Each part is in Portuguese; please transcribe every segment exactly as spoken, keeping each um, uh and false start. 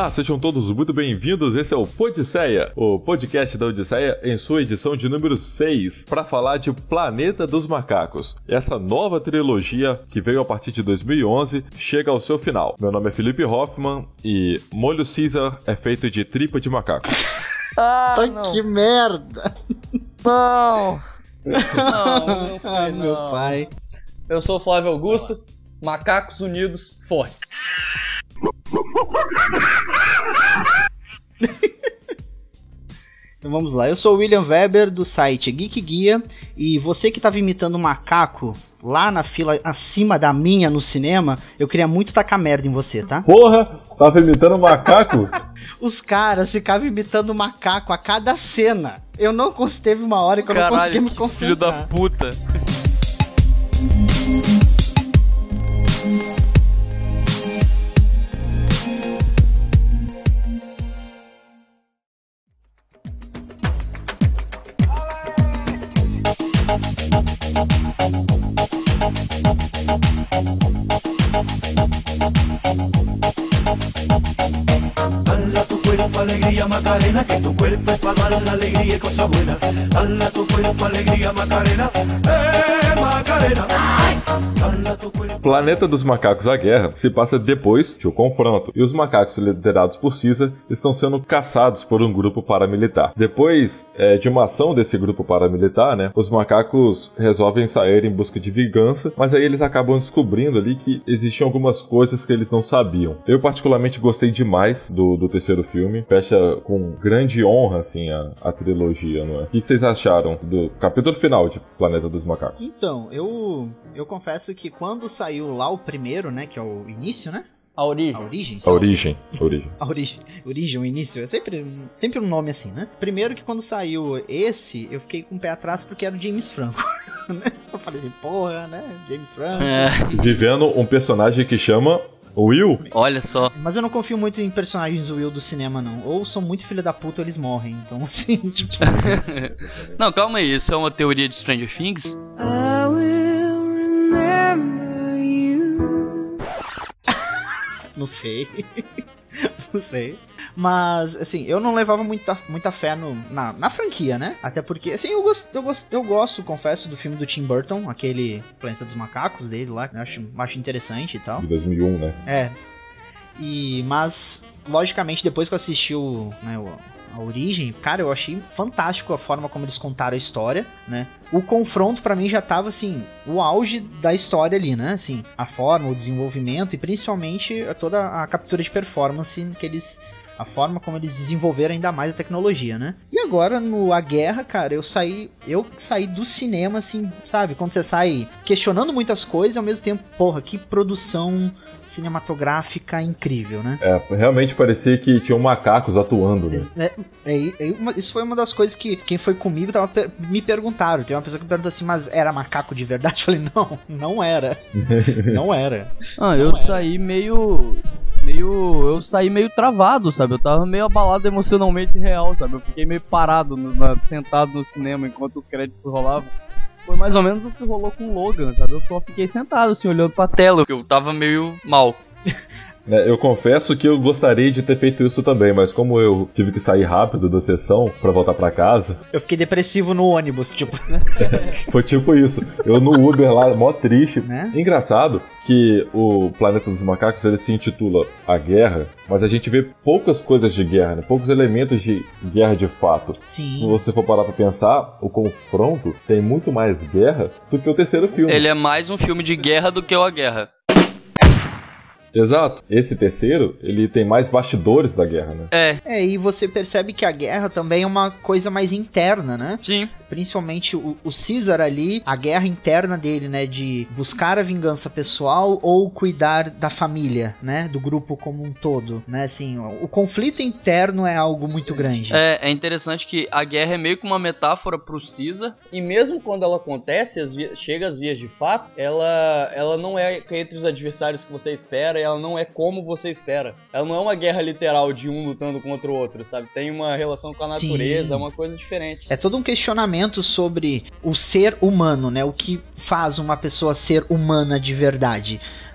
Olá, sejam todos muito bem-vindos. Esse é o Podisseia, o podcast da Odisseia em sua edição de número seis, para falar de Planeta dos Macacos. Essa nova trilogia, que veio a partir de dois mil e onze, chega ao seu final. Meu nome é Felipe Hoffman e molho Caesar é feito de tripa de macaco. Ah, não. Que merda! Não! Não, não foi, ah, não. meu pai. Eu sou o Flávio Augusto, Macacos Unidos Fortes. Então vamos lá, eu sou o William Weber do site Geek Guia e você que estava imitando um macaco lá na fila acima da minha no cinema, eu queria muito tacar merda em você, tá? Porra, tava imitando um macaco? Os caras ficavam imitando macaco a cada cena. Eu não consegui, teve uma hora que eu Caralho, não consegui me que concentrar. filho da puta. Dale a tu cuerpo alegría Macarena, que tu cuerpo es para dar la alegría y cosas buenas. Dale a tu cuerpo alegría Macarena, eh Macarena. Dale a tu cuerpo... Planeta dos Macacos, a Guerra, se passa depois de o confronto, e os macacos liderados por Caesar estão sendo caçados por um grupo paramilitar. Depois é, de uma ação desse grupo paramilitar, né, os macacos resolvem sair em busca de vingança, mas aí eles acabam descobrindo ali que existiam algumas coisas que eles não sabiam. Eu particularmente gostei demais do, do terceiro filme, fecha com grande honra assim a, a trilogia, não é? O que vocês acharam do capítulo final de Planeta dos Macacos? Então, eu, eu confesso que quando saiu lá o primeiro, né, que é o início, né? A origem. A origem? A origem, a origem. A origem, origem, o início, é sempre, sempre um nome assim, né? Primeiro que quando saiu esse, eu fiquei com o pé atrás porque era o James Franco, né? Eu falei, porra, né? James Franco. É. Vivendo um personagem que chama Will. Olha só. Mas eu não confio muito em personagens do Will do cinema, não. Ou são muito filho da puta ou eles morrem. Então, assim, tipo... Não, calma aí, isso é uma teoria de Stranger Things? I will remember you. Não sei. Não sei. Mas, assim, eu não levava muita, muita fé no, na, na franquia, né? Até porque, assim, eu gosto, eu, gosto, eu gosto, confesso, do filme do Tim Burton, aquele Planeta dos Macacos dele lá, que eu acho, acho interessante e tal. De dois mil e um, né? É. E, mas, logicamente, depois que eu assisti o, né, o, a origem, cara, eu achei fantástico a forma como eles contaram a história, né? O confronto, pra mim, já tava, assim, o auge da história ali, né? Assim, a forma, o desenvolvimento e, principalmente, toda a captura de performance que eles... A forma como eles desenvolveram ainda mais a tecnologia, né? E agora, no A Guerra, cara, eu saí... Eu saí do cinema, assim, sabe? Quando você sai questionando muitas coisas e, ao mesmo tempo, porra, que produção cinematográfica incrível, né? É, realmente parecia que tinham macacos atuando, né? É, é, é, uma, isso foi uma das coisas que quem foi comigo tava, per, me perguntaram. Tem uma pessoa que me perguntou assim, mas era macaco de verdade? Eu falei, não, não era. Não era. Ah, eu Não era. saí meio... meio... Eu saí meio travado, sabe? Eu tava meio abalado emocionalmente real, sabe? Eu fiquei meio parado, no, na, sentado no cinema enquanto os créditos rolavam. Foi mais ou menos o que rolou com o Logan, sabe? Eu só fiquei sentado, assim, olhando pra tela. Porque eu tava meio mal. É, eu confesso que eu gostaria de ter feito isso também, mas como eu tive que sair rápido da sessão pra voltar pra casa, Eu fiquei depressivo no ônibus, tipo... foi tipo isso. Eu no Uber lá, mó triste. Né? Engraçado que o Planeta dos Macacos, ele se intitula A Guerra, mas a gente vê poucas coisas de guerra, né? Poucos elementos de guerra de fato. Sim. Se você for parar pra pensar, o confronto tem muito mais guerra do que o terceiro filme. Ele é mais um filme de guerra do que o A Guerra. Exato. Esse terceiro, ele tem mais bastidores da guerra, né? É, É, e você percebe que a guerra também é uma coisa mais interna, né? sim. Principalmente o, o Caesar ali, a guerra interna dele, né? De buscar a vingança pessoal ou cuidar da família, né? Do grupo como um todo, né? Assim, o, o conflito interno é algo muito grande. É, é interessante que a guerra é meio que uma metáfora pro Caesar. E mesmo quando ela acontece, as vi- chega às vias de fato, ela, ela não é entre os adversários que você espera e ela não é como você espera. Ela não é uma guerra literal de um lutando contra o outro, sabe? Tem uma relação com a Sim. natureza, é uma coisa diferente. É todo um questionamento sobre o ser humano, né? O que faz uma pessoa ser humana de verdade,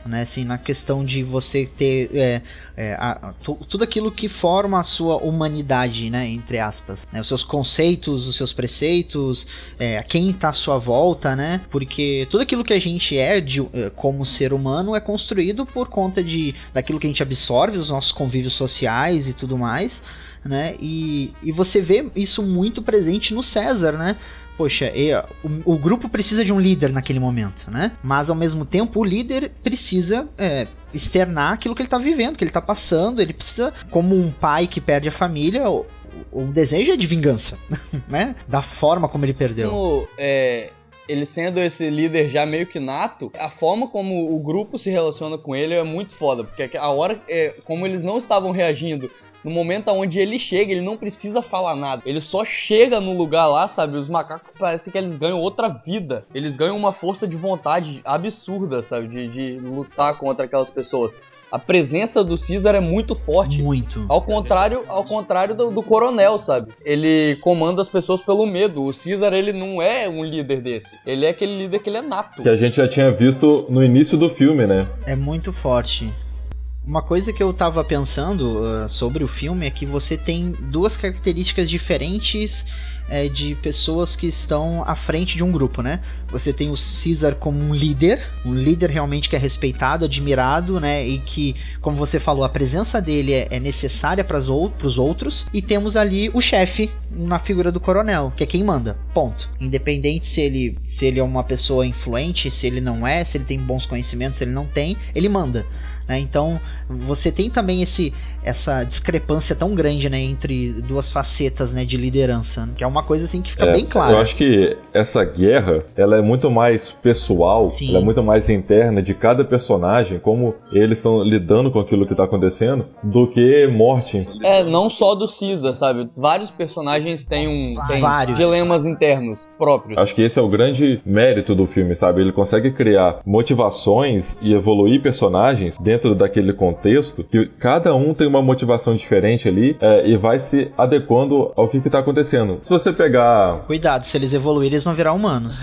né? Assim, na questão de você ter é, é, a, a, tu, tudo aquilo que forma a sua humanidade, né? Entre aspas, né? Os seus conceitos, os seus preceitos, é, quem tá à sua volta, né? Porque tudo aquilo que a gente é de, como ser humano é construído por conta de daquilo que a gente absorve, os nossos convívios sociais e tudo mais, né? E, e você vê isso muito presente no César, né? Poxa, e, o, o grupo precisa de um líder naquele momento, né? Mas ao mesmo tempo o líder precisa é, externar aquilo que ele tá vivendo, que ele tá passando. Ele precisa, como um pai que perde a família, o, o desejo é de vingança, né? Da forma como ele perdeu. Como, é, ele sendo esse líder já meio que nato, a forma como o grupo se relaciona com ele é muito foda, porque a hora, é, como eles não estavam reagindo no momento onde ele chega, ele não precisa falar nada. Ele só chega no lugar lá, sabe? Os macacos parece que eles ganham outra vida. Eles ganham uma força de vontade absurda, sabe? De, de lutar contra aquelas pessoas. A presença do Caesar é muito forte. Muito. Ao contrário, ao contrário do, do coronel, sabe? Ele comanda as pessoas pelo medo. O Caesar, ele não é um líder desse. Ele é aquele líder que ele é nato. Que a gente já tinha visto no início do filme, né? É muito forte. Uma coisa que eu tava pensando uh, sobre o filme é que você tem duas características diferentes é, de pessoas que estão à frente de um grupo, né? Você tem o Caesar como um líder, um líder realmente que é respeitado, admirado, né? E que, como você falou, a presença dele é, é necessária para os outros. E temos ali o chefe na figura do coronel, que é quem manda, ponto. Independente se ele, se ele é uma pessoa influente, se ele não é, se ele tem bons conhecimentos, se ele não tem, ele manda. Né? Então você tem também esse, essa discrepância tão grande, né, entre duas facetas, né, de liderança, que é uma coisa assim que fica é, bem clara. Eu acho que essa guerra ela é muito mais pessoal, Sim. ela é muito mais interna de cada personagem, como eles estão lidando com aquilo que está acontecendo, do que morte. É, não só do Caesar, sabe? Vários personagens têm, um, têm Vários. dilemas internos próprios. Acho que esse é o grande mérito do filme, sabe? Ele consegue criar motivações e evoluir personagens dentro daquele contexto, que cada um tem uma motivação diferente ali é, e vai se adequando ao que está acontecendo. Se você pegar... Cuidado, se eles evoluírem, eles vão virar humanos.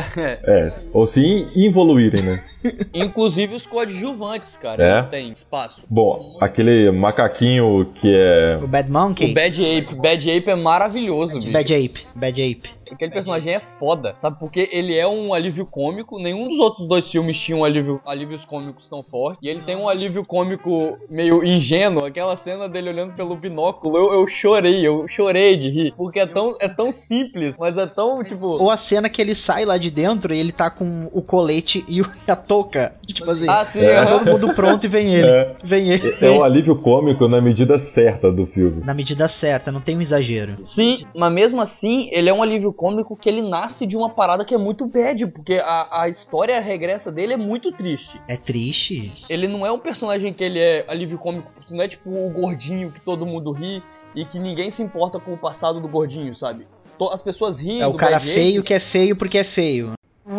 é, ou se evoluírem, né? Inclusive os coadjuvantes, cara, É? eles têm espaço. Bom, aquele macaquinho que é... O Bad Monkey? O Bad Ape, Bad Ape é maravilhoso, bicho. Bad Ape, Bad Ape. Aquele personagem é foda, sabe? Porque ele é um alívio cômico. Nenhum dos outros dois filmes tinha um alívio, alívios cômicos tão forte. E ele tem um alívio cômico meio ingênuo. Aquela cena dele olhando pelo binóculo, eu, eu chorei, eu chorei de rir. Porque é tão, é tão simples, mas é tão, tipo... Ou a cena que ele sai lá de dentro e ele tá com o colete e a touca. Tipo assim, Ah, sim, tá aham. todo mundo pronto e vem ele. É. Vem ele. É um alívio cômico na medida certa do filme. Na medida certa, não tem um exagero. Sim, mas mesmo assim, ele é um alívio cômico que ele nasce de uma parada que é muito bad, porque a, a história regressa dele é muito triste. É triste. Ele não é um personagem que ele é alívio cômico, não é tipo o gordinho que todo mundo ri e que ninguém se importa com o passado do gordinho, sabe? To- As pessoas riem É o do cara Bad feio Ape. que é feio porque é feio.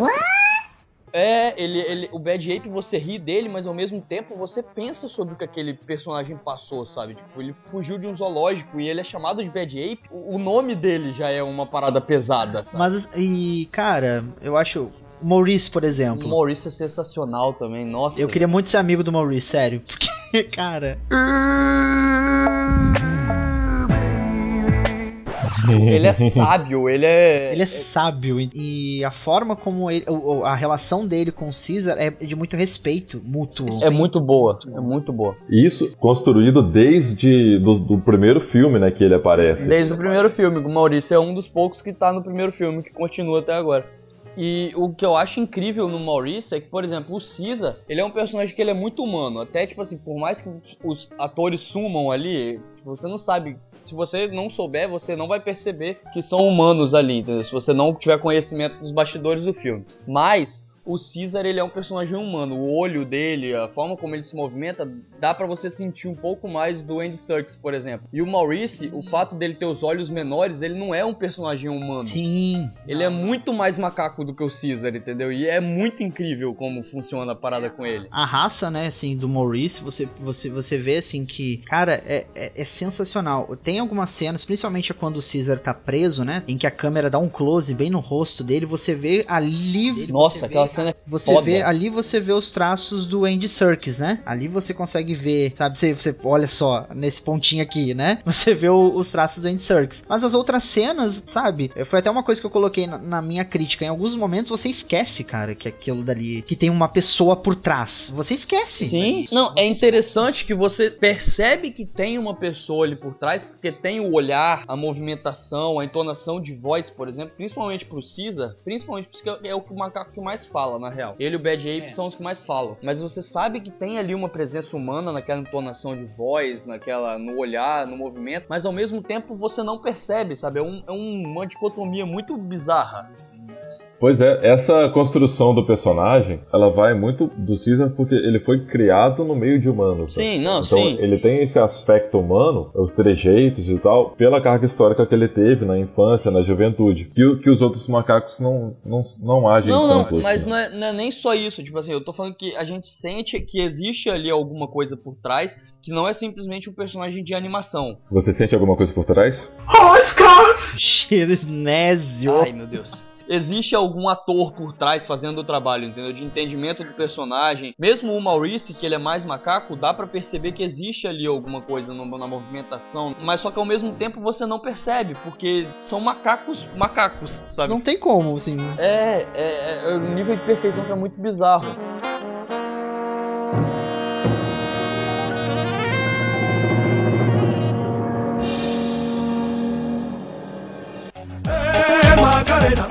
É, ele, ele, o Bad Ape você ri dele, mas ao mesmo tempo você pensa sobre o que aquele personagem passou, sabe? Tipo, ele fugiu de um zoológico e ele é chamado de Bad Ape. O, o nome dele já é uma parada pesada, sabe? Mas, e, cara, eu acho... O Maurice, por O exemplo. Maurício é sensacional também, nossa. Eu queria muito ser amigo do Maurice, sério. Porque, cara... Ele é sábio, ele é... Ele é sábio e- e a forma como ele, o- o- a relação dele com o Caesar é de muito respeito mútuo. É muito boa, é muito boa. E isso construído desde do, do primeiro filme, né, que ele aparece. Desde o primeiro filme, o Maurício é um dos poucos que tá no primeiro filme, que continua até agora. E o que eu acho incrível no Maurício é que, por exemplo, o Caesar, ele é um personagem que ele é muito humano. Até, tipo assim, por mais que os atores sumam ali, você não sabe... Se você não souber, você não vai perceber que são humanos ali, entendeu? Se você não tiver conhecimento dos bastidores do filme. Mas... o Caesar, ele é um personagem humano. O olho dele, a forma como ele se movimenta, dá pra você sentir um pouco mais do Andy Serkis, por exemplo. E o Maurice, o fato dele ter os olhos menores, ele não é um personagem humano. Sim. Ele é muito mais macaco do que o Caesar, entendeu? E é muito incrível como funciona a parada com ele. A raça, né, assim, do Maurice, você, você, você vê, assim, que, cara, é, é, é sensacional. Tem algumas cenas, principalmente quando o Caesar tá preso, né, em que a câmera dá um close bem no rosto dele, você vê ali... Nossa, você aquela vê cena é Você foda. vê, ali você vê os traços do Andy Serkis, né? Ali você consegue ver, sabe? Você, você olha só, nesse pontinho aqui, né? Você vê o, os traços do Andy Serkis. Mas as outras cenas, sabe? Foi até uma coisa que eu coloquei na, na minha crítica. Em alguns momentos você esquece, cara, que aquilo dali, que tem uma pessoa por trás. Você esquece. Sim. Não, é interessante que você percebe que tem uma pessoa ali por trás, porque tem o olhar, a movimentação, a entonação de voz, por exemplo, principalmente pro Caesar, principalmente porque é o que o macaco que mais fala, na real. Ele e o Bad Ape é. são os que mais falam. Mas você sabe que tem ali uma presença humana naquela entonação de voz, naquela, no olhar, no movimento, mas ao mesmo tempo você não percebe, sabe? É, um, é uma dicotomia muito bizarra. Pois é, essa construção do personagem, ela vai muito do Caesar porque ele foi criado no meio de humanos. Sim, né? não, então, sim. Ele tem esse aspecto humano, os trejeitos e tal, pela carga histórica que ele teve na infância, na juventude, que, que os outros macacos não, não, não agem não, tanto não, assim. Mas não é, não é nem só isso, tipo assim, eu tô falando que a gente sente que existe ali alguma coisa por trás, que não é simplesmente um personagem de animação. Você sente alguma coisa por trás? Oh, Scott! Chirinésio. Ai, meu Deus. Existe algum ator por trás fazendo o trabalho, entendeu? De entendimento do personagem. Mesmo o Maurice, que ele é mais macaco, dá pra perceber que existe ali alguma coisa no, na movimentação. Mas só que ao mesmo tempo você não percebe, porque são macacos, macacos, sabe? Não tem como, assim. É, é, é um nível de perfeição que é muito bizarro. Hey, Macarena.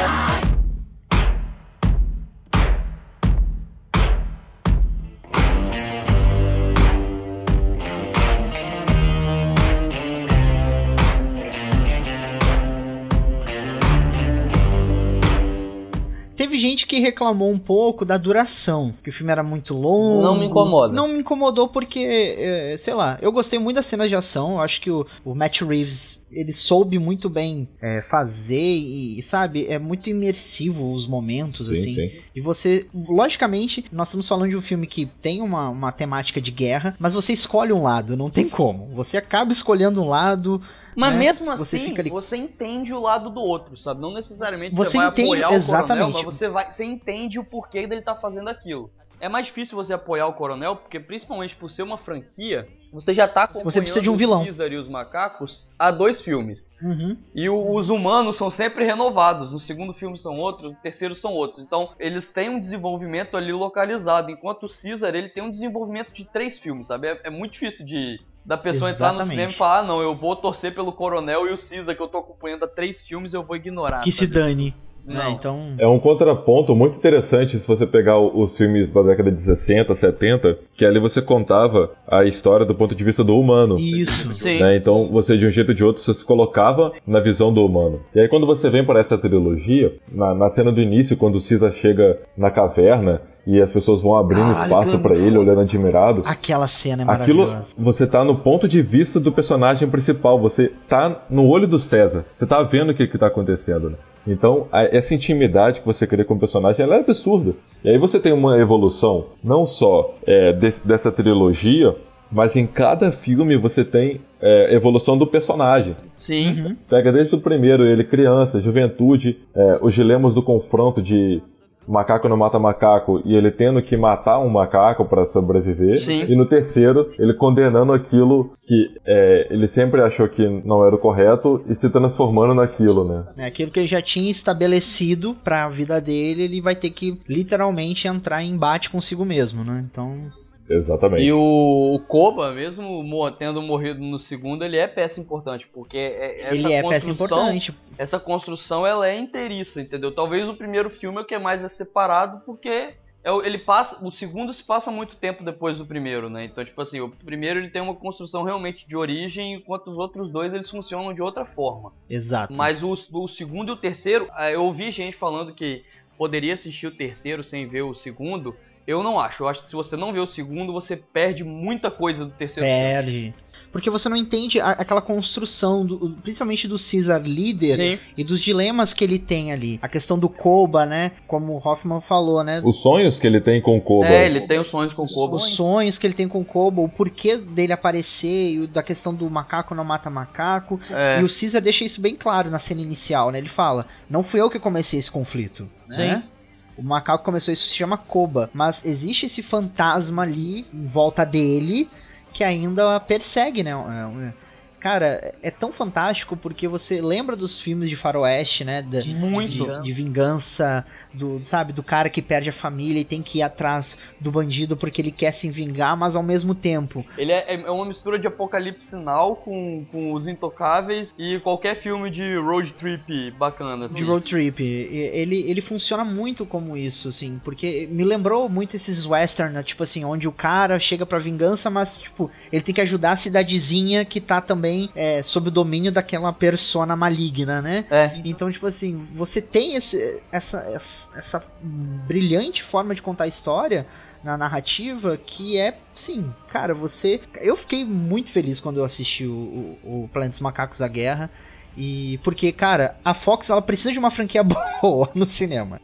Teve gente que reclamou um pouco da duração, que o filme era muito longo. Não me incomoda. Não me incomodou porque, é, sei lá, eu gostei muito das cenas de ação. Eu acho que o, o Matt Reeves, ele soube muito bem é, fazer e, sabe, é muito imersivo os momentos, Sim, assim. sim. E você, logicamente, nós estamos falando de um filme que tem uma, uma temática de guerra, mas você escolhe um lado, não tem como. Você acaba escolhendo um lado... Mas né? mesmo Você assim, fica ali- você entende o lado do outro, sabe? Não necessariamente Você você, vai entende, apoiar o exatamente. coronel, mas você, vai, você entende o porquê dele tá fazendo aquilo. É mais difícil você apoiar o coronel, porque principalmente por ser uma franquia, você já tá acompanhando Você precisa de um vilão. o Caesar e os macacos há dois filmes. Uhum. E o- os humanos são sempre renovados. No segundo filme são outros, no terceiro são outros. Então, eles têm um desenvolvimento ali localizado. Enquanto o Caesar, ele tem um desenvolvimento de três filmes, sabe? É, é muito difícil de da pessoa entrar no Exatamente. cinema e falar, ah, não, eu vou torcer pelo Coronel e o Caesar, que eu tô acompanhando há três filmes, eu vou ignorar. Que se sabe? dane. Não. Né? Então... É um contraponto muito interessante se você pegar o- os filmes da década de sessenta, setenta, que ali você contava a história do ponto de vista do humano. Isso. Sim. Né? Então você, de um jeito ou de outro, você se colocava na visão do humano. E aí quando você vem para essa trilogia, na, na cena do início, quando o Caesar chega na caverna e as pessoas vão abrindo Caralho, espaço que- para ele, olhando admirado, Aquela cena é aquilo, maravilhosa. você tá no ponto de vista do personagem principal, você tá no olho do César, você tá vendo o que que tá acontecendo, né? Então, a- essa intimidade que você cria com o personagem, ela é absurda. E aí você tem uma evolução, não só é, desse- dessa trilogia, mas em cada filme você tem é, evolução do personagem. Sim. Pega desde o primeiro, ele criança, juventude, é, os dilemas do confronto de macaco não mata macaco e ele tendo que matar um macaco para sobreviver. Sim. E no terceiro, ele condenando aquilo que é, ele sempre achou que não era o correto e se transformando naquilo, né? É, aquilo que ele já tinha estabelecido pra vida dele, ele vai ter que literalmente entrar em embate consigo mesmo, né? Então... Exatamente. E o, o Koba, mesmo mo- tendo morrido no segundo, ele é peça importante, porque é, essa ele é peça construção, importante. essa construção ela é inteiriça, entendeu? Talvez o primeiro filme é o que mais é separado, porque é o- ele passa, o segundo se passa muito tempo depois do primeiro, né? Então, tipo assim, o primeiro ele tem uma construção realmente de origem, enquanto os outros dois eles funcionam de outra forma. Exato. Mas o, o segundo e o terceiro, eh, eu ouvi gente falando que poderia assistir o terceiro sem ver o segundo. Eu não acho. Eu acho que se você não vê o segundo, você perde muita coisa do terceiro filme. Perde. Porque você não entende a- aquela construção, do, principalmente do Caesar líder Sim. e dos dilemas que ele tem ali. A questão do Koba, né? Como o Hoffman falou, né? Os sonhos que ele tem com o Koba. É, ele tem os sonhos com o Koba. Os sonhos que ele tem com o Koba, o porquê dele aparecer, e o da questão do macaco não mata macaco. É. E o Caesar deixa isso bem claro na cena inicial, né? Ele fala, não fui eu que comecei esse conflito. Né? Sim. o macaco começou, isso se chama Koba, mas existe esse fantasma ali em volta dele que ainda persegue, né? Cara, é tão fantástico porque você lembra dos filmes de faroeste, né? Da, Muito. De, de vingança, do, sabe? Do cara que perde a família e tem que ir atrás do bandido porque ele quer se vingar, mas ao mesmo tempo. Ele é, é uma mistura de Apocalipse Now com, com Os Intocáveis e qualquer filme de road trip bacana, assim. De road trip. Ele, ele funciona muito como isso, assim, porque me lembrou muito esses western, tipo assim, onde o cara chega pra vingança, mas, tipo, ele tem que ajudar a cidadezinha que tá também É, sob o domínio daquela persona maligna, né? É. Então, tipo assim, você tem esse, essa, essa, essa brilhante forma de contar a história na narrativa que é, sim, cara, você... Eu fiquei muito feliz quando eu assisti o, o, o Planeta dos Macacos da Guerra, e porque, cara, a Fox, ela precisa de uma franquia boa no cinema.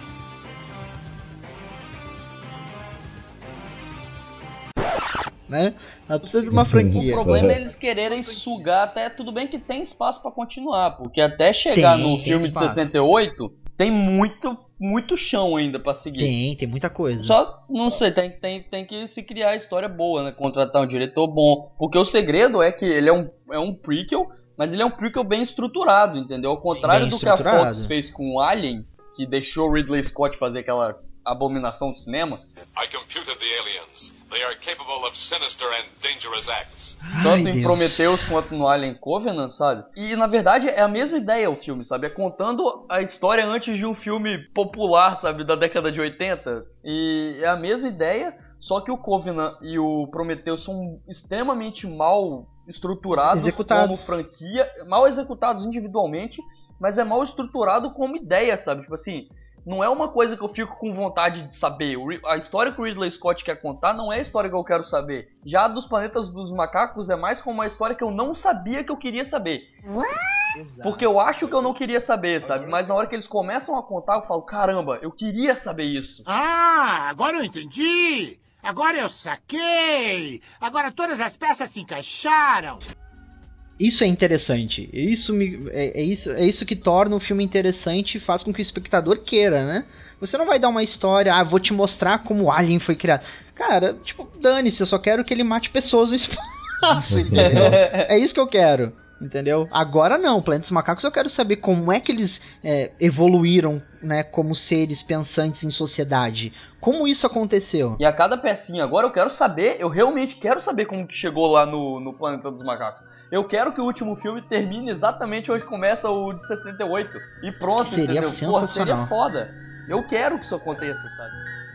Né? Ela precisa de uma franquia. O problema é eles quererem sugar até... Tudo bem que tem espaço pra continuar, porque até chegar Tem, no tem filme espaço. de sessenta e oito, tem muito, muito chão ainda pra seguir. Tem, tem muita coisa. Só, não sei, tem, tem, tem que se criar a história boa, né? Contratar um diretor bom. Porque o segredo é que ele é um, é um prequel, mas ele é um prequel bem estruturado, entendeu? Ao contrário Bem do que a estruturado. Fox fez com o Alien, que deixou o Ridley Scott fazer aquela abominação do cinema. I computed the aliens. They are capable of sinister and dangerous acts. Tanto Ai, em Deus. Prometheus quanto no Alien Covenant, sabe? E na verdade é a mesma ideia o filme, sabe? É contando a história antes de um filme popular, sabe? Da década de oitenta. E é a mesma ideia, só que o Covenant e o Prometheus são extremamente mal estruturados Executados. como franquia. Mal executados individualmente, mas é mal estruturado como ideia, sabe? Tipo assim... Não é uma coisa que eu fico com vontade de saber. O Ri- A história que o Ridley Scott quer contar não é a história que eu quero saber. Já a dos Planetas dos Macacos é mais como uma história que eu não sabia que eu queria saber. Porque eu acho que eu não queria saber, sabe? Mas na hora que eles começam a contar, eu falo, caramba, eu queria saber isso. Ah, agora eu entendi! Agora eu saquei! Agora todas as peças se encaixaram! Isso é interessante. Isso me, é, é, isso, é isso que torna o filme interessante e faz com que o espectador queira, né? Você não vai dar uma história, ah, vou te mostrar como o Alien foi criado. Cara, tipo, dane-se, eu só quero que ele mate pessoas no espaço, entendeu? É isso que eu quero, entendeu? Agora não, Planeta dos Macacos eu quero saber como é que eles é, evoluíram, né, como seres pensantes em sociedade. Como isso aconteceu? E a cada pecinha agora eu quero saber, eu realmente quero saber como que chegou lá no, no Planeta dos Macacos. Eu quero que o último filme termine exatamente onde começa o de sessenta e oito. E pronto, Que seria entendeu? Porra, seria sensacional. foda. Eu quero que isso aconteça, sabe?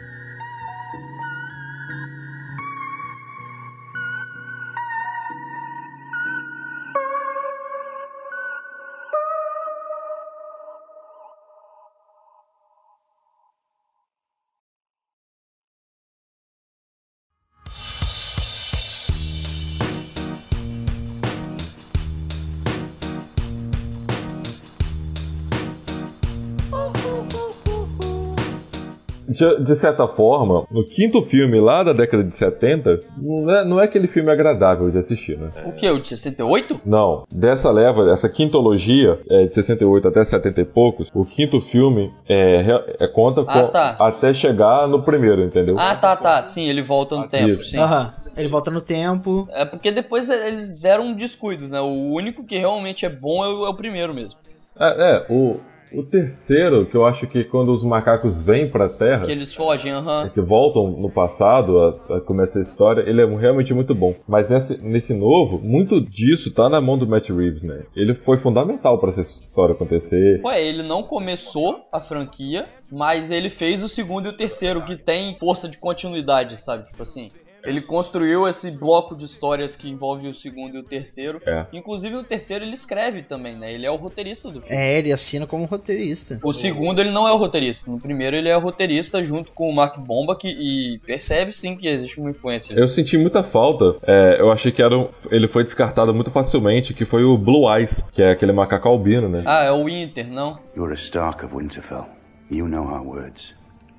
De, de certa forma, no quinto filme lá da década de setenta, não é, não é aquele filme agradável de assistir, né? O que? O de sessenta e oito? Não, dessa leva, essa quintologia, é, de sessenta e oito até setenta e poucos, o quinto filme é, re- é conta com, Ah, tá. até chegar no primeiro, entendeu? Ah, tá, tá. Sim, ele volta no tempo, Isso. sim. Aham. Ele volta no tempo. É porque depois eles deram um descuido, né? O único que realmente é bom é o, é o primeiro mesmo. É, é, o, o terceiro, que eu acho que quando os macacos vêm pra Terra, Que eles fogem, aham. que voltam no passado a, a começar a história, ele é realmente muito bom. Mas nesse, nesse novo, muito disso tá na mão do Matt Reeves, né? Ele foi fundamental pra essa história acontecer. Ué, ele não começou a franquia, mas ele fez o segundo e o terceiro, que tem força de continuidade, sabe? Tipo assim, ele construiu esse bloco de histórias que envolve o segundo e o terceiro. É. Inclusive o terceiro ele escreve também, né? Ele é o roteirista do filme. É, ele assina como roteirista. O segundo ele não é o roteirista. No primeiro ele é o roteirista junto com o Mark Bombach e percebe sim que existe uma influência. Eu senti muita falta. É, eu achei que era um- ele foi descartado muito facilmente, que foi o Blue Eyes, que é aquele macaco albino, né? Ah, é o Winter, não? You're a Stark of Winterfell. You know our words.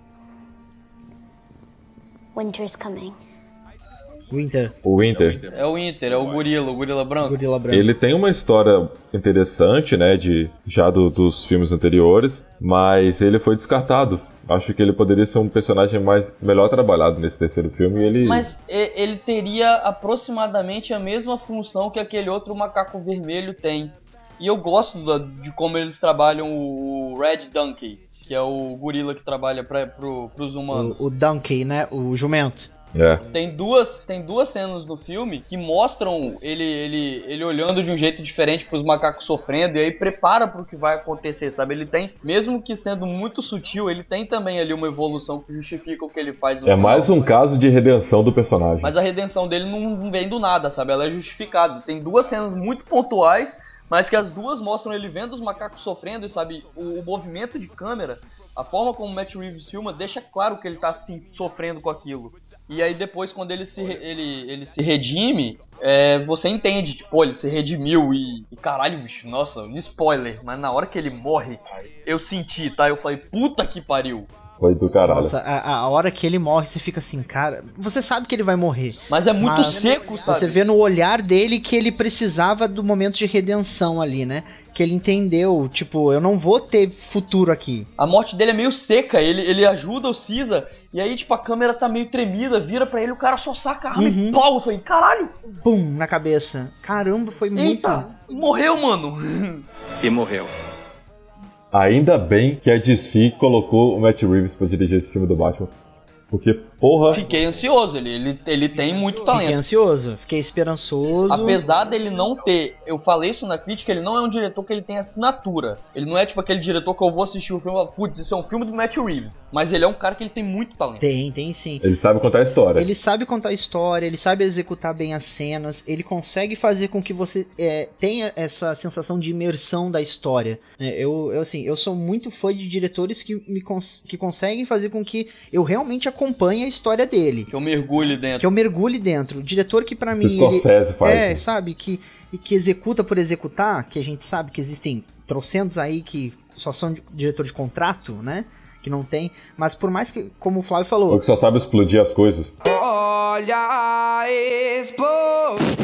Winter's coming. Winter, O Winter. É o Winter, é o gorila, o gorila branco. gorila branco. Ele tem uma história interessante, né, de, já do- dos filmes anteriores, mas ele foi descartado. Acho que ele poderia ser um personagem mais, melhor trabalhado nesse terceiro filme. E ele... Mas ele teria aproximadamente a mesma função que aquele outro macaco vermelho tem. E eu gosto da, de como eles trabalham o Red Donkey, que é o gorila que trabalha pra, pro, pros humanos. O, o Donkey, né? O jumento. É. Tem duas, tem duas cenas no filme que mostram ele, ele, ele olhando de um jeito diferente pros macacos sofrendo e aí prepara pro que vai acontecer, sabe? Ele tem, mesmo que sendo muito sutil, ele tem também ali uma evolução que justifica o que ele faz no É final. mais um caso de redenção do personagem. Mas a redenção dele não, não vem do nada, sabe? Ela é justificada. Tem duas cenas muito pontuais, mas que as duas mostram ele vendo os macacos sofrendo e, sabe, o, o movimento de câmera, a forma como o Matt Reeves filma, deixa claro que ele tá, assim, sofrendo com aquilo. E aí depois, quando ele se, ele, ele se redime, é, você entende, tipo, ele se redimiu e, e... Caralho, bicho, nossa, spoiler, mas na hora que ele morre, eu senti, tá? Eu falei, puta que pariu. Foi do caralho. Nossa, a, a hora que ele morre, você fica assim, cara... Você sabe que ele vai morrer. Mas é muito mas seco, sabe? Você vê no olhar dele que ele precisava do momento de redenção ali, né? Que ele entendeu, tipo, eu não vou ter futuro aqui. A morte dele é meio seca, ele, ele ajuda o Caesar, e aí, tipo, a câmera tá meio tremida, vira pra ele, o cara só saca a arma Uhum. e pau. Eu falei, caralho! Pum, na cabeça. Caramba, foi muito... Eita, morreu, mano! E morreu. Ainda bem que a D C colocou o Matt Reeves pra dirigir esse filme do Batman. Porque, porra... Fiquei ansioso, ele, ele, ele tem muito Fiquei talento. ansioso, fiquei esperançoso. Apesar dele não ter, eu falei isso na crítica, ele não é um diretor que ele tem assinatura. Ele não é tipo aquele diretor que eu vou assistir o filme e falar, putz, isso é um filme do Matt Reeves. Mas ele é um cara que ele tem muito talento. Tem, tem sim. Ele sabe contar a história. Ele sabe contar a história, ele sabe executar bem as cenas, ele consegue fazer com que você é, tenha essa sensação de imersão da história. É, eu, eu, assim, eu sou muito fã de diretores que, me cons que conseguem fazer com que eu realmente acompanhe a história dele. Que eu mergulhe dentro. Que eu mergulhe dentro. O diretor que pra mim... O Scorsese ele, faz. É, né? sabe, que, e que executa por executar, que a gente sabe que existem trocentos aí que só são de, diretor de contrato, né? Que não tem, mas por mais que, como o Flávio falou... Ou que só sabe explodir as coisas. Olha, explode.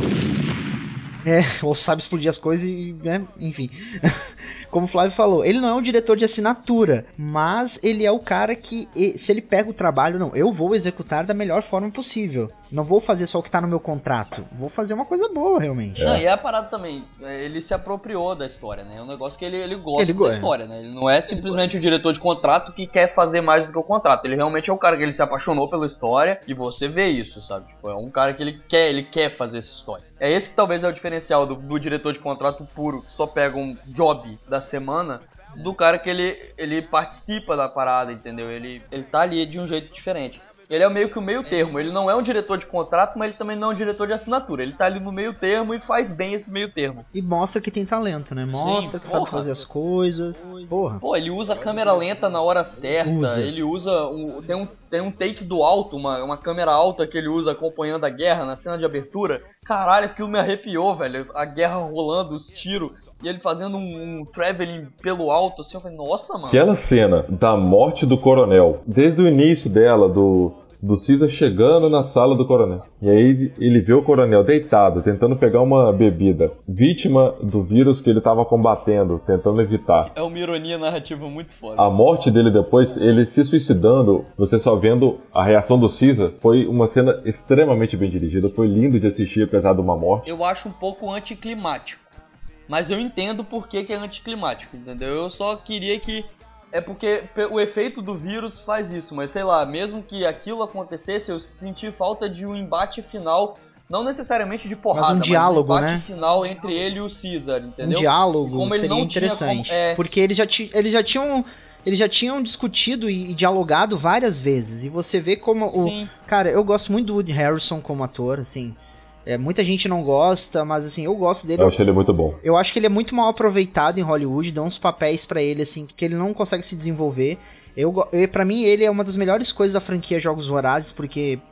É, ou sabe explodir as coisas e, né, enfim. Como o Flávio falou, ele não é um diretor de assinatura, mas ele é o cara que, se ele pega o trabalho, não, eu vou executar da melhor forma possível. Não vou fazer só o que tá no meu contrato, vou fazer uma coisa boa, realmente. Não, e é a parada também, ele se apropriou da história, né? É um negócio que ele, ele gosta Ele da go- história, né? Ele não é simplesmente o diretor de contrato que quer fazer mais do que o contrato. Ele realmente é um cara que ele se apaixonou pela história e você vê isso, sabe? Tipo, é um cara que ele quer, ele quer fazer essa história. É esse que talvez é o diferencial do, do diretor de contrato puro, que só pega um job da semana, do cara que ele, ele participa da parada, entendeu? Ele, ele tá ali de um jeito diferente. Ele é meio que o meio termo, ele não é um diretor de contrato, mas ele também não é um diretor de assinatura. Ele tá ali no meio termo e faz bem esse meio termo. E mostra que tem talento, né? Mostra Sim, que sabe porra. fazer as coisas. Porra. Pô, ele usa a câmera lenta na hora certa, Usa. ele usa um, tem, um, tem um take do alto, uma, uma câmera alta que ele usa acompanhando a guerra na cena de abertura. Caralho, aquilo me arrepiou, velho. A guerra rolando, os tiros, e ele fazendo um, um traveling pelo alto, assim, eu falei, nossa, mano. Aquela cena da morte do coronel, desde o início dela, do, do Caesar chegando na sala do coronel. E aí ele vê o coronel deitado, tentando pegar uma bebida, vítima do vírus que ele tava combatendo, tentando evitar. É uma ironia narrativa muito foda. A morte dele depois, ele se suicidando, você só vendo a reação do Caesar, foi uma cena extremamente bem dirigida, foi lindo de assistir apesar de uma morte. Eu acho um pouco anticlimático, mas eu entendo por que, que é anticlimático, entendeu? Eu só queria que... É porque o efeito do vírus faz isso, mas sei lá, mesmo que aquilo acontecesse, eu senti falta de um embate final, não necessariamente de porrada, Mas um mas diálogo, um embate né? final entre ele e o Caesar, entendeu? Um diálogo E como ele seria não tinha interessante. como- é. Porque eles já, ti- eles já tinham. Eles já tinham discutido e, e dialogado várias vezes. E você vê como o. Sim. Cara, eu gosto muito do Woody Harrelson como ator, assim. É, muita gente não gosta, mas assim, eu gosto dele. Eu achei ele muito bom. Eu acho que ele é muito mal aproveitado em Hollywood, dão uns papéis pra ele, assim, que ele não consegue se desenvolver. Eu, go- eu, pra mim, ele é uma das melhores coisas da franquia Jogos Vorazes, porque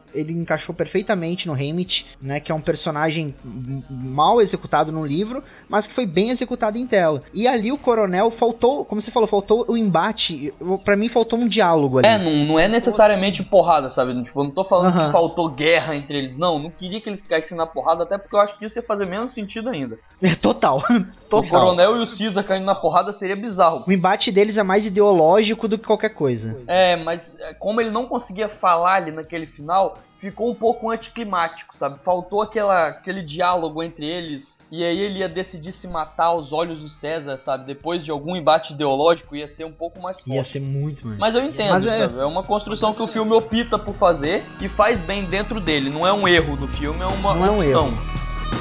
ele encaixou perfeitamente no Haymitch, né, que é um personagem mal executado no livro, mas que foi bem executado em tela. E ali o Coronel faltou, como você falou, faltou o embate, pra mim faltou um diálogo ali. É, não, não é necessariamente porrada, sabe? Tipo, eu não tô falando Uhum. que faltou guerra entre eles, não. Não queria que eles caíssem na porrada, até porque eu acho que isso ia fazer menos sentido ainda. É, total. Total. O Coronel e o Caesar caindo na porrada seria bizarro. O embate deles é mais ideológico do que qualquer coisa. É, mas como ele não conseguia falar ali naquele final, ficou um pouco anticlimático, sabe? Faltou aquela, aquele diálogo entre eles, e aí ele ia decidir se matar aos olhos do César, sabe? Depois de algum embate ideológico, ia ser um pouco mais forte. Ia ser muito mais. Mas eu entendo, Mas é- sabe? É uma construção que o filme opta por fazer e faz bem dentro dele. Não é um erro do filme, é uma Não é um opção. erro.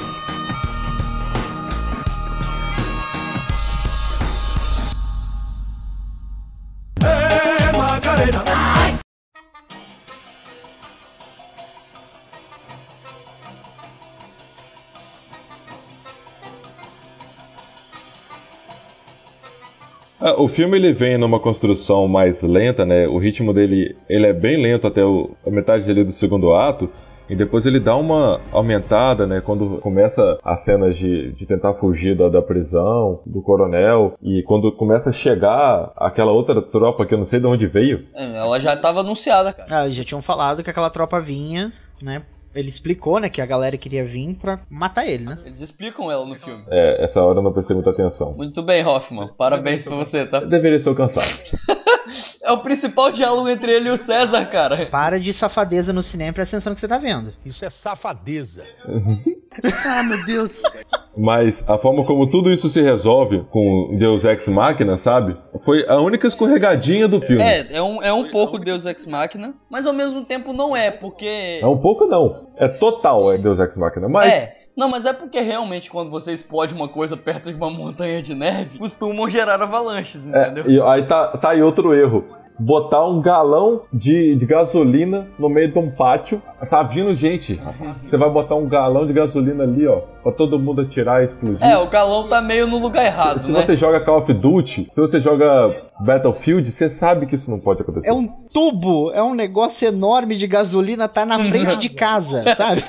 Eh, Macarena. Ah, o filme ele vem numa construção mais lenta, né? O ritmo dele ele é bem lento até o, a metade ali do segundo ato. E depois ele dá uma aumentada, né? Quando começa as cenas de, de tentar fugir da, da prisão, do coronel. E quando começa a chegar aquela outra tropa que eu não sei de onde veio. É, ela já tava anunciada, cara. Ah, eles já tinham falado que aquela tropa vinha, né? Ele explicou, né, que a galera queria vir pra matar ele, né? Eles explicam ela no filme. É, essa hora eu não prestei muita atenção. Muito bem, Hoffman. Parabéns pra você, tá? Deveria ser o cansaço. É o principal diálogo entre ele e o César, cara. Para de safadeza no cinema e presta atenção no que você tá vendo. Isso é safadeza. Ah, meu Deus. Mas a forma como tudo isso se resolve com Deus Ex Machina, sabe? Foi a única escorregadinha do filme. É, é um, é um pouco Deus Ex Machina, mas ao mesmo tempo não é, porque... É um pouco não. É total é Deus Ex Machina. Mas É, não, mas é porque realmente quando você explode uma coisa perto de uma montanha de neve, costumam gerar avalanches, É, entendeu? e aí tá, tá aí outro erro. Botar um galão de, de gasolina no meio de um pátio. Tá vindo gente. Você vai botar um galão de gasolina ali, ó. Pra todo mundo atirar e explodir. É, o galão tá meio no lugar errado, Se né? você joga Call of Duty, se você joga Battlefield, você sabe que isso não pode acontecer. É um tubo, é um negócio enorme de gasolina, tá na frente de casa, sabe?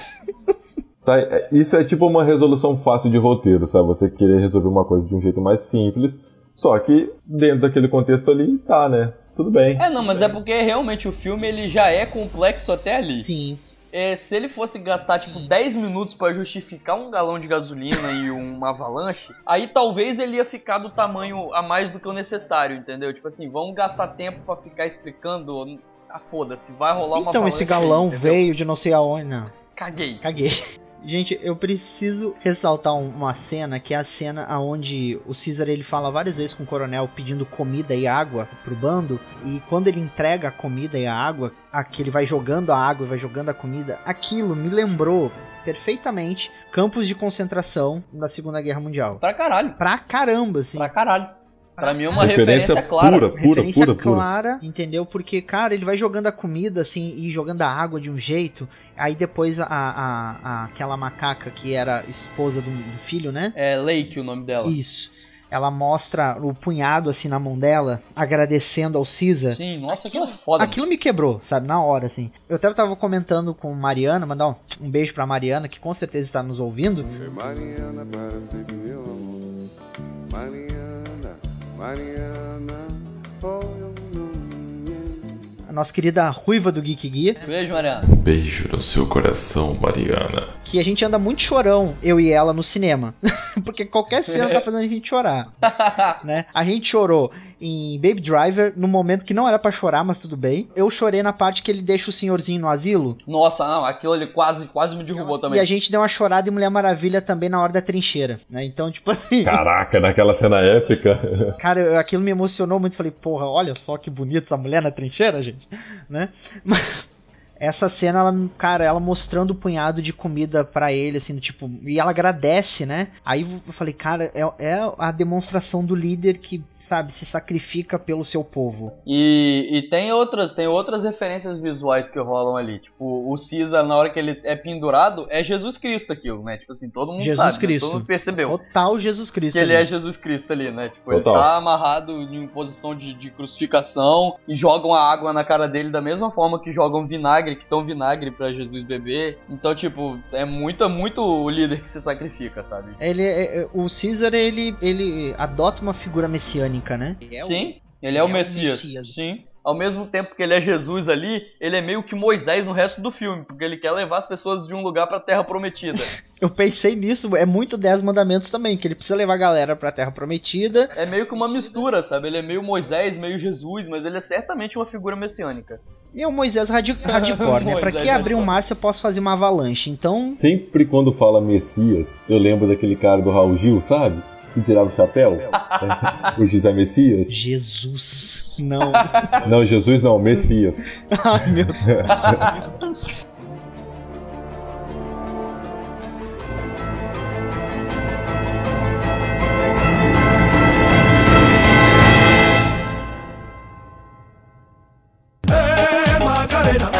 Tá, é- isso é tipo uma resolução fácil de roteiro, sabe? Você querer resolver uma coisa de um jeito mais simples. Só que dentro daquele contexto ali, tá, né? Tudo bem. É, não, mas é porque realmente o filme ele já é complexo até ali. Sim. É, se ele fosse gastar, tipo, dez minutos pra justificar um galão de gasolina e uma avalanche, aí talvez ele ia ficar do tamanho a mais do que o necessário, entendeu? Tipo assim, vamos gastar tempo pra ficar explicando. Ah, foda-se, vai rolar uma Então, avalanche esse galão aí, entendeu? veio de não sei aonde, não. Caguei. Caguei. Gente, eu preciso ressaltar um- uma cena, que é a cena onde o Caesar ele fala várias vezes com o coronel pedindo comida e água pro bando, e quando ele entrega a comida e a água, a- que ele vai jogando a água e vai jogando a comida, aquilo me lembrou perfeitamente campos de concentração da Segunda Guerra Mundial. Pra caralho. Pra caramba, assim. Pra caralho. Pra mim é uma Referência referência, clara. pura, pura, Referência pura, pura. clara, entendeu? Porque, cara, ele vai jogando a comida, assim, e jogando a água de um jeito. Aí depois a, a, a- aquela macaca que era esposa do, do filho, né? É Lake o nome dela. Isso. Ela mostra o punhado, assim, na mão dela, agradecendo ao Caesar. Sim, nossa, aquilo é foda. Aquilo me quebrou, sabe? Na hora, assim. Eu até tava comentando com Mariana, mandar um, um beijo pra Mariana, que com certeza está nos ouvindo. Mariana, para sempre, meu amor. Mariana, Mariana, oh, eu não A nossa mquerida Ruiva do Geek Guia. Beijo, Mariana. Um beijo no seu coração, Mariana. Que a gente anda muito chorão, eu e ela, no cinema. Porque qualquer cena tá fazendo a gente chorar. Né? A gente chorou em Baby Driver, no momento que não era pra chorar, mas tudo bem. Eu chorei na parte que ele deixa o senhorzinho no asilo. Nossa, não, aquilo ali quase, quase me derrubou também. E a gente deu uma chorada em Mulher Maravilha também na hora da trincheira, né? Então, tipo assim... Caraca, naquela cena épica. Cara, eu- aquilo me emocionou muito. Falei, porra, olha só que bonito essa mulher na trincheira, gente. Né? Mas... Essa cena, ela, cara, ela mostrando o punhado de comida pra ele, assim, tipo, e ela agradece, né? Aí eu falei, cara, é, é a demonstração do líder que sabe, se sacrifica pelo seu povo. E, e tem outras, tem outras referências visuais que rolam ali. Tipo, o Caesar, na hora que ele é pendurado, é Jesus Cristo aquilo, né? Tipo assim, todo mundo Jesus sabe, Cristo. né? Todo mundo percebeu. Total Jesus Cristo. Que ele ali. é Jesus Cristo ali, né? Tipo, Total. ele tá amarrado em posição de, de crucificação e jogam a água na cara dele da mesma forma que jogam vinagre, que dão vinagre pra Jesus beber. Então, tipo, é muito, é muito o líder que se sacrifica, sabe? Ele, é, o Caesar, ele, ele adota uma figura messiânica, né? Ele é Sim. o... Ele é, é o Messias, Messias, sim. Ao mesmo tempo que ele é Jesus ali, ele é meio que Moisés no resto do filme, porque ele quer levar as pessoas de um lugar pra Terra Prometida. Eu pensei nisso, é muito Dez Mandamentos também, que ele precisa levar a galera pra Terra Prometida. É meio que uma mistura, sabe? Ele é meio Moisés, meio Jesus, mas ele é certamente uma figura messiânica. E é o Moisés radi hardcore, né? Pra que abrir um mar se eu posso fazer uma avalanche, então... Sempre quando fala Messias, eu lembro daquele cara do Raul Gil, sabe? Que tirava o chapéu. O José Messias. Jesus, não. Não, Jesus não, Messias. Ai, meu Deus. Hey, Macarena.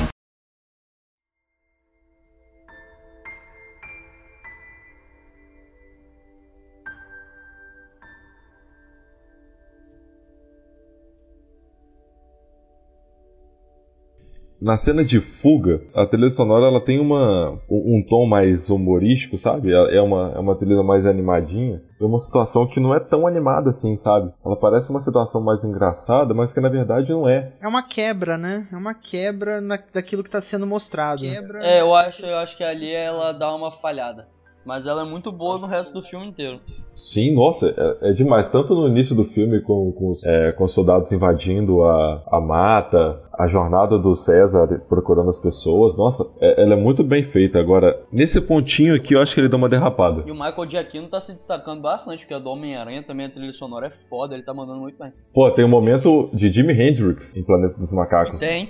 Na cena de fuga, a trilha sonora ela tem uma, um, um tom mais humorístico, sabe? É uma, é uma trilha mais animadinha. É uma situação que não é tão animada assim, sabe? Ela parece uma situação mais engraçada, mas que na verdade não é. É uma quebra, né? É uma quebra na, daquilo que tá sendo mostrado. Quebra... É, eu acho, eu acho que ali ela dá uma falhada. Mas ela é muito boa no resto do filme inteiro. Sim, nossa, é, é demais. Tanto no início do filme, com, com, os, é, com os soldados invadindo a, a mata, a jornada do César procurando as pessoas. Nossa, é, ela é muito bem feita. Agora, nesse pontinho aqui, eu acho que ele dá uma derrapada. E o Michael Giacchino tá se destacando bastante, porque a do Homem-Aranha também, a trilha sonora é foda, ele tá mandando muito bem. Pô, tem um momento de Jimi Hendrix em Planeta dos Macacos. Tem.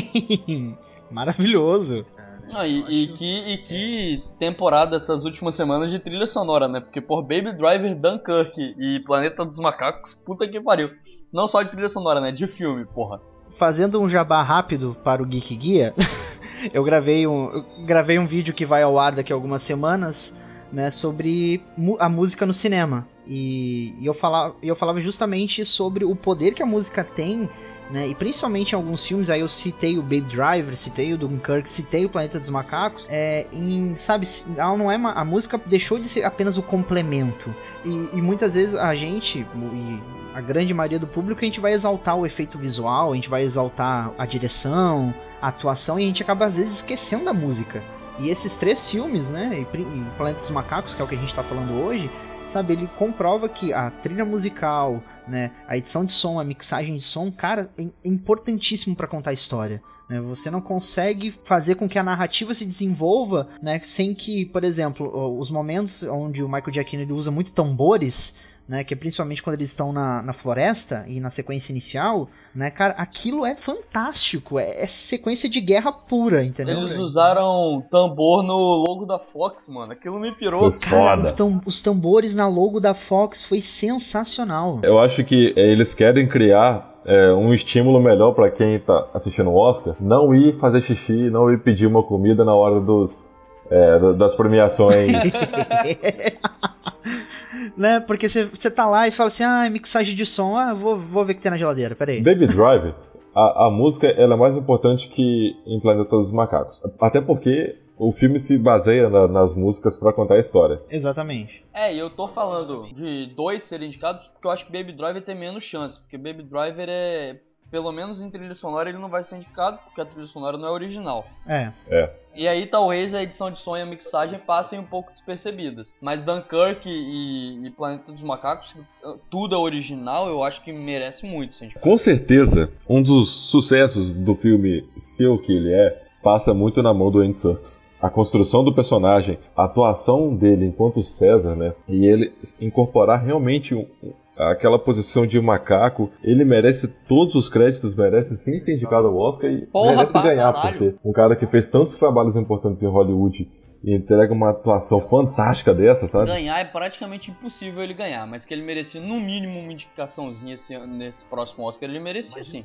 Tem. Maravilhoso. Não, e, e, que, e que temporada essas últimas semanas de trilha sonora, né? Porque por Baby Driver, Dunkirk e Planeta dos Macacos, puta que pariu. Não só de trilha sonora, né? De filme, porra. Fazendo um jabá rápido para o Geek Guia, eu gravei um, eu gravei um vídeo que vai ao ar daqui a algumas semanas, né? Sobre a música no cinema. E, e eu, falava, eu falava justamente sobre o poder que a música tem, né, e principalmente em alguns filmes, aí eu citei o Baby Driver, citei o Dunkirk, citei o Planeta dos Macacos, é, em, sabe, ela não é uma, a música deixou de ser apenas o complemento, e, e muitas vezes a gente, e a grande maioria do público, a gente vai exaltar o efeito visual, a gente vai exaltar a direção, a atuação, e a gente acaba às vezes esquecendo da música. E esses três filmes, né, e, e Planeta dos Macacos, que é o que a gente tá falando hoje, sabe, ele comprova que a trilha musical, né, a edição de som, a mixagem de som, cara, é importantíssimo para contar a história. Né? Você não consegue fazer com que a narrativa se desenvolva, né, sem que, por exemplo, os momentos onde o Michael Giacchino ele usa muito tambores, né, que é principalmente quando eles estão na, na floresta e na sequência inicial, né, cara, aquilo é fantástico, é, é sequência de guerra pura, entendeu? Eles usaram tambor no logo da Fox, mano, aquilo me pirou. Foi foda. Então, os tambores na logo da Fox foi sensacional. Eu acho que é, eles querem criar é, um estímulo melhor pra quem tá assistindo o Oscar, não ir fazer xixi, não ir pedir uma comida na hora dos, é, das premiações. Né, porque você tá lá e fala assim, ah, mixagem de som, ah, vou, vou ver o que tem na geladeira, peraí. Baby Driver, a, a música ela é mais importante que em Planeta dos Macacos. Até porque o filme se baseia na, nas músicas pra contar a história. Exatamente. É, e eu tô falando de dois serem indicados porque eu acho que Baby Driver tem menos chance, porque Baby Driver é... Pelo menos em trilha sonora ele não vai ser indicado, porque a trilha sonora não é original. É. É. E aí talvez a edição de som e a mixagem passem um pouco despercebidas. Mas Dunkirk e, e Planeta dos Macacos, tudo é original, eu acho que merece muito ser indicado. Com certeza, um dos sucessos do filme Ser o que ele é, passa muito na mão do Andy Serkis. A construção do personagem, a atuação dele enquanto César, né? E ele incorporar realmente um... aquela posição de macaco, ele merece todos os créditos, merece sim ser indicado ao Oscar e Porra, merece pá, ganhar, caralho. porque um cara que fez tantos trabalhos importantes em Hollywood e entrega uma atuação fantástica dessa, sabe? Ganhar é praticamente impossível ele ganhar, mas que ele merecia no mínimo uma indicaçãozinha esse, nesse próximo Oscar, ele merecia sim.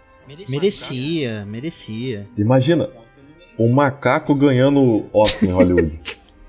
Merecia, merecia. Imagina, um macaco ganhando Oscar em Hollywood.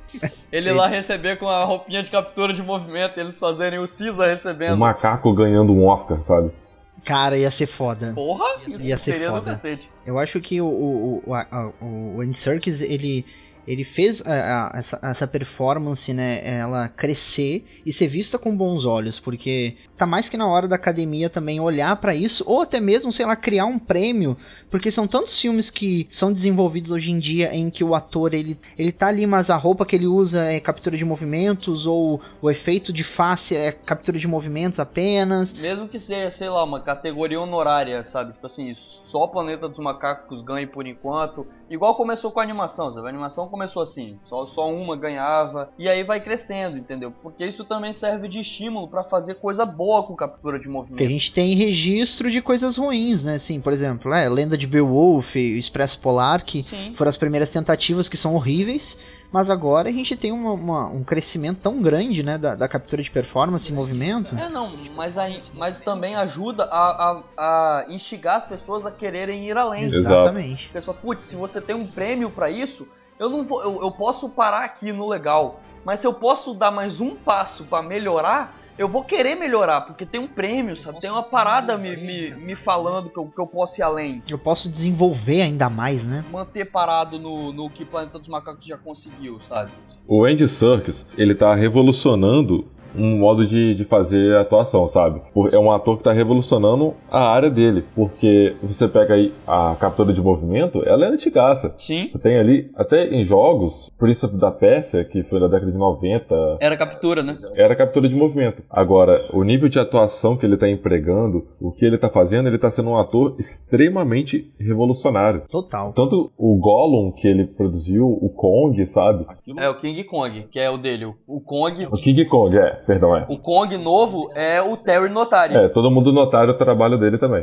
Ele lá receber com a roupinha de captura de movimento, eles fazerem o Caesar recebendo. Um macaco ganhando um Oscar, sabe? Cara, ia ser foda. Porra, isso ia ser seria foda. do cacete. Eu acho que o, o, o, a, o Andy Serkis, ele, ele fez a, a, essa, essa performance, né, ela crescer e ser vista com bons olhos, porque tá mais que na hora da academia também olhar pra isso, ou até mesmo, sei lá, criar um prêmio, porque são tantos filmes que são desenvolvidos hoje em dia em que o ator, ele, ele tá ali, mas a roupa que ele usa é captura de movimentos, ou o efeito de face é captura de movimentos apenas. Mesmo que seja, sei lá, uma categoria honorária, sabe? Tipo assim, só o Planeta dos Macacos ganha por enquanto. Igual começou com a animação, sabe? A animação começou assim, só, só uma ganhava, e aí vai crescendo, entendeu? Porque isso também serve de estímulo pra fazer coisa boa com captura de movimento. Porque a gente tem registro de coisas ruins, né? Assim, por exemplo, é, Lenda de Beowulf, Expresso Polar, que Sim. foram as primeiras tentativas que são horríveis, mas agora a gente tem uma, uma, um crescimento tão grande, né, da, da captura de performance e movimento. É, não, mas, aí, mas também ajuda a, a, a instigar as pessoas a quererem ir além. Exatamente. Porque você fala, putz, se você tem um prêmio pra isso, eu não vou, eu, eu posso parar aqui no legal, mas se eu posso dar mais um passo pra melhorar, eu vou querer melhorar, porque tem um prêmio, sabe? Tem uma parada me, me, me falando que eu, que eu posso ir além. Eu posso desenvolver ainda mais, né? Manter parado no, no que Planeta dos Macacos já conseguiu, sabe? O Andy Serkis, ele tá revolucionando um modo de, de fazer atuação, sabe? É um ator que tá revolucionando a área dele, porque você pega aí a captura de movimento, ela é antigaça. Sim. Você tem ali, até em jogos, Prince da Pérsia, que foi na década de noventa... Era captura, né? Era captura de movimento. Agora, o nível de atuação que ele tá empregando, o que ele tá fazendo, ele tá sendo um ator extremamente revolucionário. Total. Tanto o Gollum que ele produziu, o Kong, sabe? É o King Kong, que é o dele. O Kong... O King Kong, é. Perdão, é. O Kong novo é o Terry Notary. É, todo mundo notaram o trabalho dele também.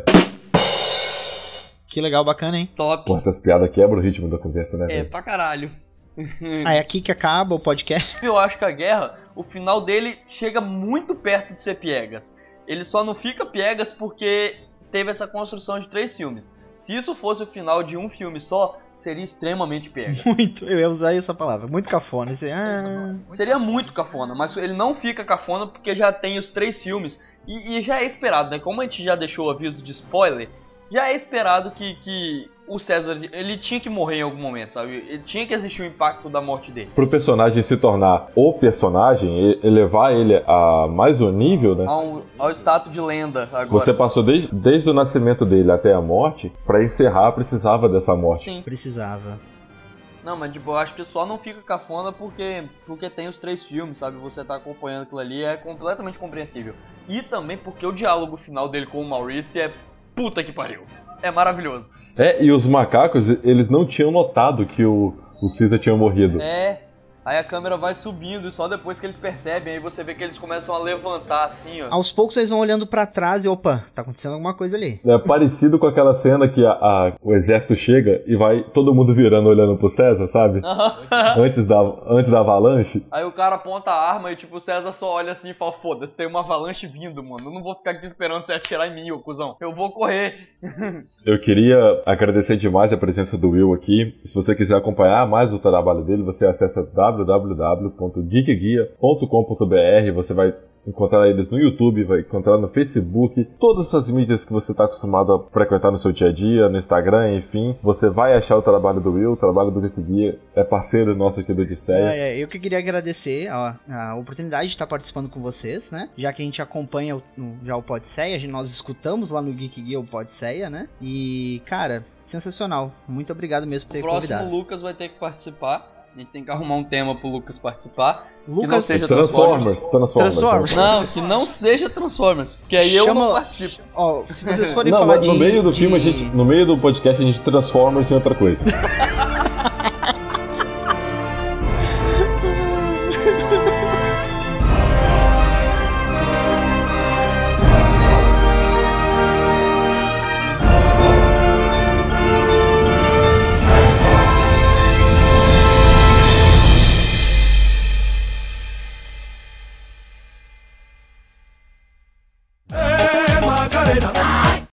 Que legal, bacana, hein? Top. Pô, essas piadas quebram o ritmo da conversa, né? É, velho? pra caralho. Ah, é aqui que acaba o podcast. Eu acho que a guerra, o final dele chega muito perto de ser piegas. Ele só não fica piegas porque teve essa construção de três filmes. Se isso fosse o final de um filme só, seria extremamente piegas. Muito, eu ia usar essa palavra, muito cafona. Esse, ah... Seria muito cafona, mas ele não fica cafona porque já tem os três filmes. E, e já é esperado, né? Como a gente já deixou o aviso de spoiler, já é esperado que, que o César, ele tinha que morrer em algum momento, sabe? Ele tinha que existir o impacto da morte dele. Pro personagem se tornar o personagem, e- elevar ele a mais um nível, né? Ao, ao status de lenda agora. Você passou desde, desde o nascimento dele até a morte, pra encerrar precisava dessa morte. Sim. Precisava. Não, mas tipo, eu acho que só não fica cafona porque, porque tem os três filmes, sabe? Você tá acompanhando aquilo ali, é completamente compreensível. E também porque o diálogo final dele com o Maurice é puta que pariu. É maravilhoso. É, e os macacos, eles não tinham notado que o, o Caesar tinha morrido. É, aí a câmera vai subindo e só depois que eles percebem, aí você vê que eles começam a levantar assim, ó. Aos poucos eles vão olhando pra trás e opa, tá acontecendo alguma coisa ali. É parecido com aquela cena que a, a- o exército chega e vai todo mundo virando olhando pro César, sabe? antes, da, antes da avalanche. Aí o cara aponta a arma e tipo, o César só olha assim e fala, foda-se, tem uma avalanche vindo, mano. Eu não vou ficar aqui esperando você atirar em mim, ô cuzão. Eu vou correr. Eu queria agradecer demais a presença do Will aqui. Se você quiser acompanhar mais o trabalho dele, você acessa w w w ponto geek guia ponto com ponto b r. Você vai encontrar eles no YouTube, vai encontrar no Facebook, todas essas mídias que você está acostumado a frequentar no seu dia a dia, no Instagram, enfim. Você vai achar o trabalho do Will, o trabalho do Geek Guia, é parceiro nosso aqui do Odisseia. É, é, eu que queria agradecer ó, a oportunidade de estar participando com vocês, né? Já que a gente acompanha o, no- já o Podseia, a gente- nós escutamos lá no Geek Guia o Podseia, né? E, cara, sensacional. Muito obrigado mesmo por ter O próximo convidado. Lucas vai ter que participar. A gente tem que arrumar um tema pro Lucas participar. Que não Lucas- seja Transformers, Transformers. Transformers. Não, que não seja Transformers. Porque aí eu Chama- não participo. Ó, se vocês forem Não, falar mas no de- meio do de- filme, a gente, no meio do podcast, a gente transforma isso em outra coisa. Macarena.